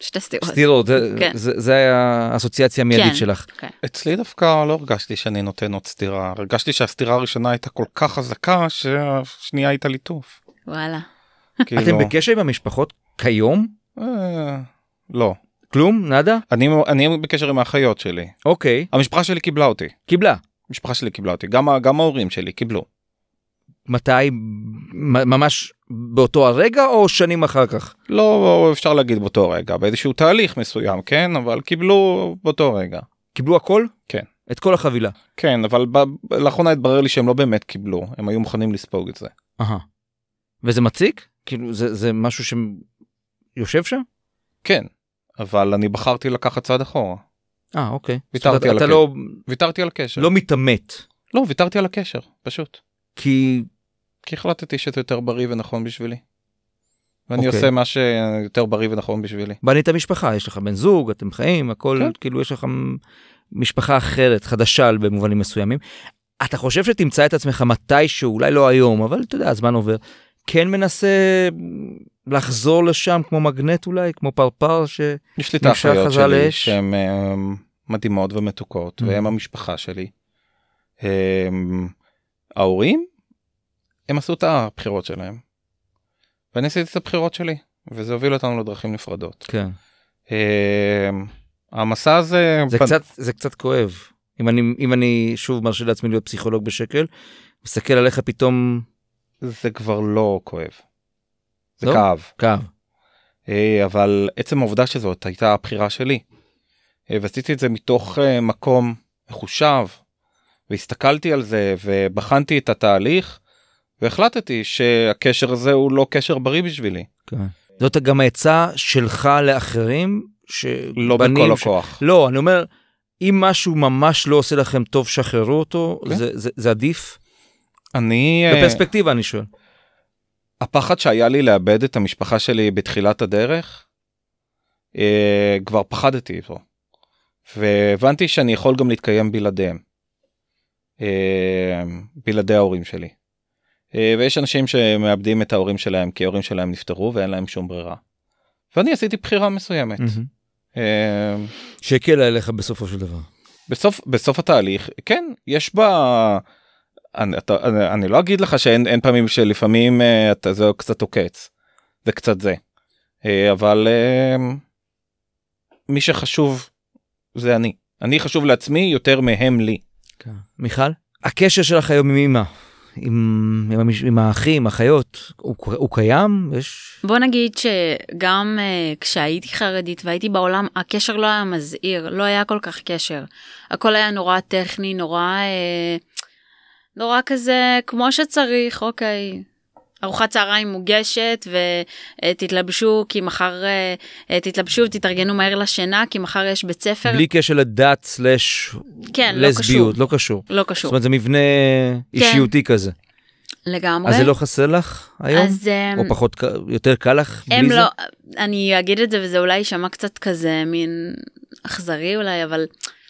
שתי סתירות. סתירות, כן. זה, זה היה האסוציאציה המיידית כן, שלך. כן. אצלי דווקא לא הרגשתי שאני נותן עוד סתירה, הרגשתי שהסתירה הראשונה הייתה כל כך חזקה שהשנייה הייתה ליטוף. וואלה. כאילו, אתם בקשר עם המשפחות כיום? אה, לא. כלום? נדה? אני, אני בקשר עם האחיות שלי. אוקיי. המשפחה שלי קיבלה אותי. קיבלה. המשפחה שלי קיבלה אותי. גם, ה- גם ההורים שלי קיבלו. מתי? מ- ממש באותו הרגע או שנים אחר כך? לא אפשר להגיד באותו רגע, באיזשהו תהליך מסוים, כן? אבל קיבלו באותו רגע. קיבלו הכל? כן. את כל החבילה? כן, אבל ב- לאחרונה התברר לי שהם לא באמת קיבלו. הם היו מוכנים לספוג את זה. אהה. וזה מציק? כאילו זה, זה משהו שיושב שם? כן. אבל אני בחרתי לקחת צעד אחורה. אה, אוקיי. ויתרתי זאת אומרת, על אתה הקשר. לא, ויתרתי על הקשר. לא מתאמת. לא, ויתרתי על הקשר, פשוט. כי... כי החלטתי שזה יותר בריא ונכון בשבילי. ואני אוקיי. עושה מה שיותר בריא ונכון בשבילי. בנית משפחה, יש לך בן זוג, אתם חיים, הכל, כן. כאילו יש לך משפחה אחרת, חדשה במובנים מסוימים. אתה חושב שתמצא את עצמך מתישהו, אולי לא היום, אבל אתה יודע, הזמן עובר, כן מנסה לחזור לשם כמו מגנט אולי, כמו פרפר ש... יש לי את נמשך האחיות חזרה שלי לאש. שהן um, מדהימות ומתוקות, Mm. והן המשפחה שלי. Um, ההורים, הם עשו את הבחירות שלהם. ואני עשיתי את הבחירות שלי, וזה הוביל אותנו לדרכים נפרדות. כן. Um, המסע הזה... זה פ... קצת, זה קצת כואב. אם אני, אם אני שוב מרשה לעצמי להיות פסיכולוג בשקל, מסתכל עליך פתאום... זה כבר לא כואב. זה לא? כאב. כאב. אה, אבל עצם העובדה שזאת הייתה הבחירה שלי. אה, ועשיתי את זה מתוך אה, מקום מחושב, והסתכלתי על זה ובחנתי את התהליך, והחלטתי שהקשר הזה הוא לא קשר בריא בשבילי. כן. זאת גם העצה שלך לאחרים, לא שבנים... בכל ש... הכוח. לא, אני אומר, אם משהו ממש לא עושה לכם טוב, שחררו אותו, כן. זה, זה, זה עדיף? אני... אה, בפרספקטיבה אני שואל. הפחד שהיה לי לאבד את המשפחה שלי בתחילת הדרך, אה, כבר פחדתי איתו. והבנתי שאני יכול גם להתקיים בלעדיהם. אה, בלעדי ההורים שלי. אה, ויש אנשים שמאבדים את ההורים שלהם, כי ההורים שלהם נפטרו ואין להם שום ברירה. ואני עשיתי בחירה מסוימת. אה, שהקלה אליך בסופו של דבר. בסוף, בסוף התהליך, כן, יש בה... אני, אתה, אני, אני לא אגיד לך שאין אין פעמים שלפעמים uh, אתה, זה קצת עוקץ, זה קצת זה, uh, אבל uh, מי שחשוב זה אני, אני חשוב לעצמי יותר מהם לי. כן. מיכל? הקשר שלך היום עם אמא, עם, עם, המש... עם האחים, האחיות, הוא, הוא קיים? יש... בוא נגיד שגם uh, כשהייתי חרדית והייתי בעולם, הקשר לא היה מזהיר, לא היה כל כך קשר. הכל היה נורא טכני, נורא... Uh, נורא כזה, כמו שצריך, אוקיי, ארוחת צהריים מוגשת, ותתלבשו, כי מחר, תתלבשו ותתארגנו מהר לשינה, כי מחר יש בית ספר. בלי קשר לדת סלש כן, לא לסביות, קשור. לא קשור. לא קשור. זאת אומרת, זה מבנה אישיותי כזה. לגמרי. אז זה לא חסר לך היום? אז, או פחות, יותר קל לך בלי הם זה? לא, אני אגיד את זה, וזה אולי יישמע קצת כזה, מין אכזרי אולי, אבל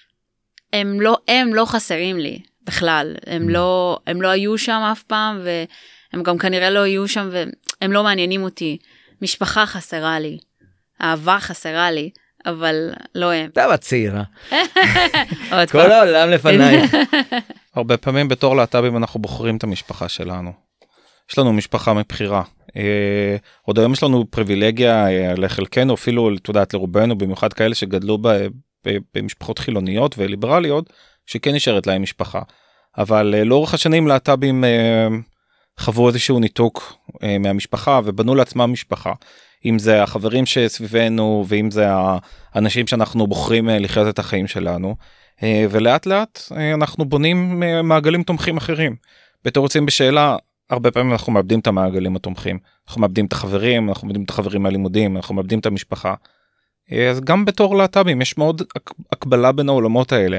הם לא, הם לא חסרים לי. בכלל, הם לא, הם לא היו שם אף פעם, והם גם כנראה לא היו שם, והם לא מעניינים אותי. משפחה חסרה לי, אהבה חסרה לי, אבל לא הם. אתה בצעירה. עוד כל פעם. העולם לפנייך. הרבה פעמים בתור להט"בים אנחנו בוחרים את המשפחה שלנו. יש לנו משפחה מבחירה. אה, עוד היום יש לנו פריבילגיה אה, לחלקנו, אפילו, אתה יודעת, לרובנו, במיוחד כאלה שגדלו ב, ב, במשפחות חילוניות וליברליות, שכן נשארת להם משפחה. אבל uh, לאורך השנים להט"בים uh, חוו איזשהו ניתוק uh, מהמשפחה ובנו לעצמם משפחה. אם זה החברים שסביבנו ואם זה האנשים שאנחנו בוחרים uh, לחיות את החיים שלנו. Uh, ולאט לאט uh, אנחנו בונים uh, מעגלים תומכים אחרים. בתור יוצאים בשאלה, הרבה פעמים אנחנו מאבדים את המעגלים התומכים. אנחנו מאבדים את החברים, אנחנו מאבדים את החברים מהלימודים, אנחנו מאבדים את המשפחה. Uh, אז גם בתור להט"בים יש מאוד הקבלה בין העולמות האלה.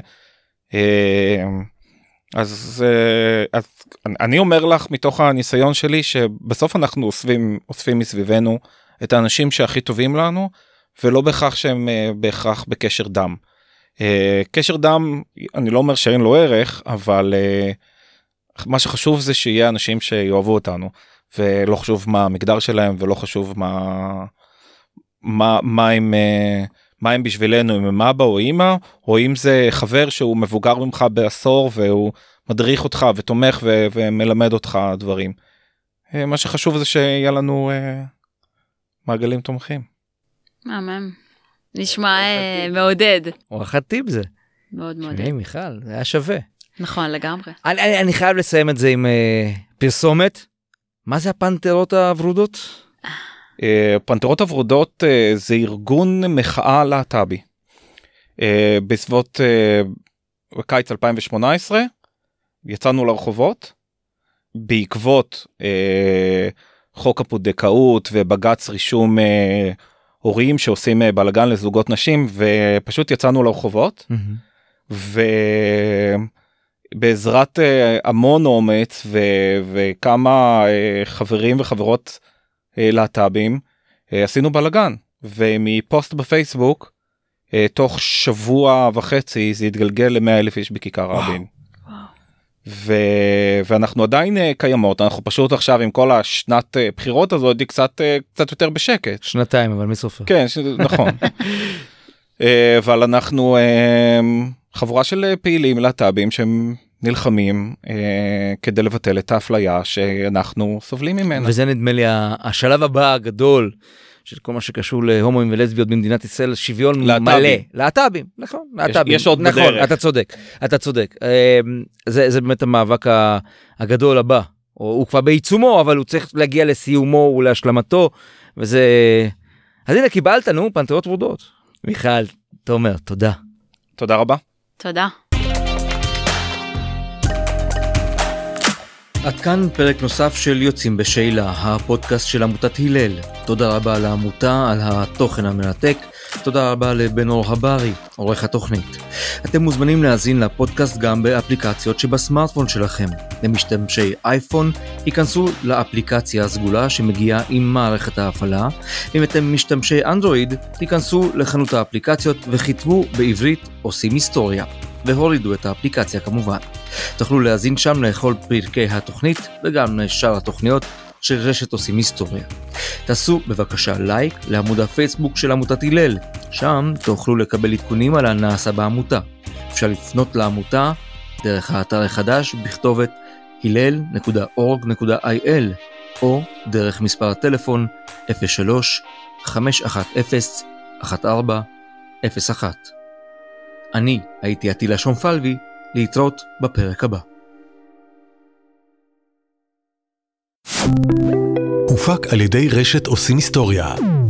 אז, אז אני אומר לך מתוך הניסיון שלי שבסוף אנחנו אוספים, אוספים מסביבנו את האנשים שהכי טובים לנו ולא בהכרח שהם בהכרח בקשר דם. קשר דם, אני לא אומר שאין לו ערך, אבל מה שחשוב זה שיהיה אנשים שיאהבו אותנו ולא חשוב מה המגדר שלהם ולא חשוב מה, מה, מה הם, מה הם בשבילנו, אם הם אבא או אמא, או אם זה חבר שהוא מבוגר ממך בעשור, והוא מדריך אותך ותומך ו- ומלמד אותך דברים. מה שחשוב זה שיהיה לנו מעגלים תומכים. מהמם. נשמע מעודד. עורכת טיפ זה. מאוד מעודד. היי מיכל, זה היה שווה. נכון, לגמרי. אני, אני, אני חייב לסיים את זה עם uh, פרסומת. מה זה הפנתרות הוורודות? Uh, פנתרות הוורודות uh, זה ארגון מחאה להט"בי. Uh, בסביבות uh, בקיץ אלפיים ושמונה עשרה יצאנו לרחובות בעקבות uh, חוק הפונדקאות ובג"ץ רישום uh, הורים שעושים uh, בלגן לזוגות נשים, ופשוט יצאנו לרחובות. Mm-hmm. ובעזרת uh, המון אומץ ו- וכמה uh, חברים וחברות uh, להט"בים uh, עשינו בלגן, ומפוסט בפייסבוק uh, תוך שבוע וחצי זה התגלגל ל-מאה אלף איש בכיכר רבין. ו- ואנחנו עדיין uh, קיימות, אנחנו פשוט עכשיו עם כל השנת uh, בחירות הזאת היא קצת, uh, קצת יותר בשקט. שנתיים, אבל מי סופר? כן, ש- נכון. uh, אבל אנחנו uh, חבורה של פעילים להט"בים שהם נלחמים uh, כדי לבטל את האפליה שאנחנו סובלים ממנה. וזה נדמה לי השלב הבא הגדול של כל מה שקשור להומואים ולסביות במדינת ישראל, שוויון מלא. להט"בים, נכון. להט"בים. יש עוד נכון, בדרך. אתה צודק, אתה צודק. זה, זה באמת המאבק הגדול הבא. הוא כבר בעיצומו, אבל הוא צריך להגיע לסיומו ולהשלמתו, וזה... אז הנה, קיבלת, נו, פנתרות ורודות. מיכל, תומר, תודה. תודה רבה. תודה. עד כאן פרק נוסף של יוצאים בשאלה, הפודקאסט של עמותת הלל. תודה רבה לעמותה על התוכן המרתק. תודה רבה לבן אור הברי, עורך התוכנית. אתם מוזמנים להאזין לפודקאסט גם באפליקציות שבסמארטפון שלכם. למשתמשי אייפון, היכנסו לאפליקציה הסגולה שמגיעה עם מערכת ההפעלה. אם אתם משתמשי אנדרואיד, היכנסו לחנות האפליקציות וכתבו בעברית עושים היסטוריה. והורידו את האפליקציה כמובן. תוכלו להזין שם לכל פרקי התוכנית וגם לשאר התוכניות של רשת עושים היסטוריה. תעשו בבקשה לייק לעמוד הפייסבוק של עמותת הלל, שם תוכלו לקבל עדכונים על הנעשה בעמותה. אפשר לפנות לעמותה דרך האתר החדש בכתובת הלל נקודה אורג נקודה איי אל או דרך מספר הטלפון אפס שלוש חמש אחת אפס אחת ארבע אפס אחת. אני הייתי עטילה שומפלבי, להתראות בפרק הבא. הופק על ידי רשת עושים היסטוריה.